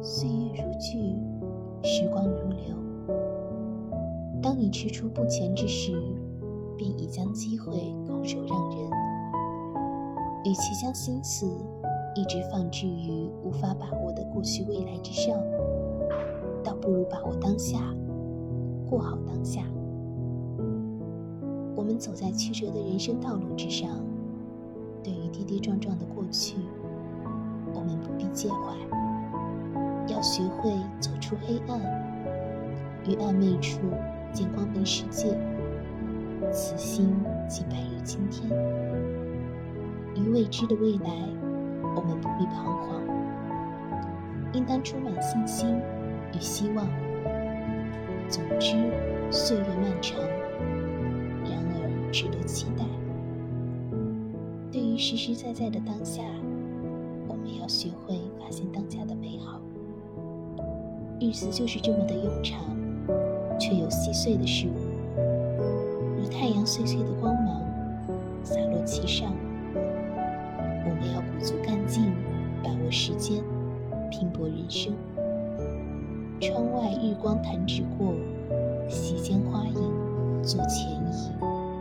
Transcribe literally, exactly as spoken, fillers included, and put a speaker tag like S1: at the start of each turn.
S1: 岁月如炬，时光如流。当你踟蹰不前之时，便已将机会空手让人。与其将心思一直放置于无法把握的过去未来之上，倒不如把握当下，过好当下。我们走在曲折的人生道路之上，对于跌跌撞撞的过去，我们不必介怀，要学会走出黑暗，于暧昧处见光明世界，此心即白日青天。于未知的未来，我们不必彷徨，应当充满信心与希望。总之，岁月漫长，然而值得期待。对于实实在在的当下，我们要学会发现当下的美好。日子就是这么的悠长，却有细碎的事物，如太阳碎碎的光芒洒落其上。我们要鼓足干劲，把握时间，拼搏人生。窗外日光弹指过，席间花影作前移。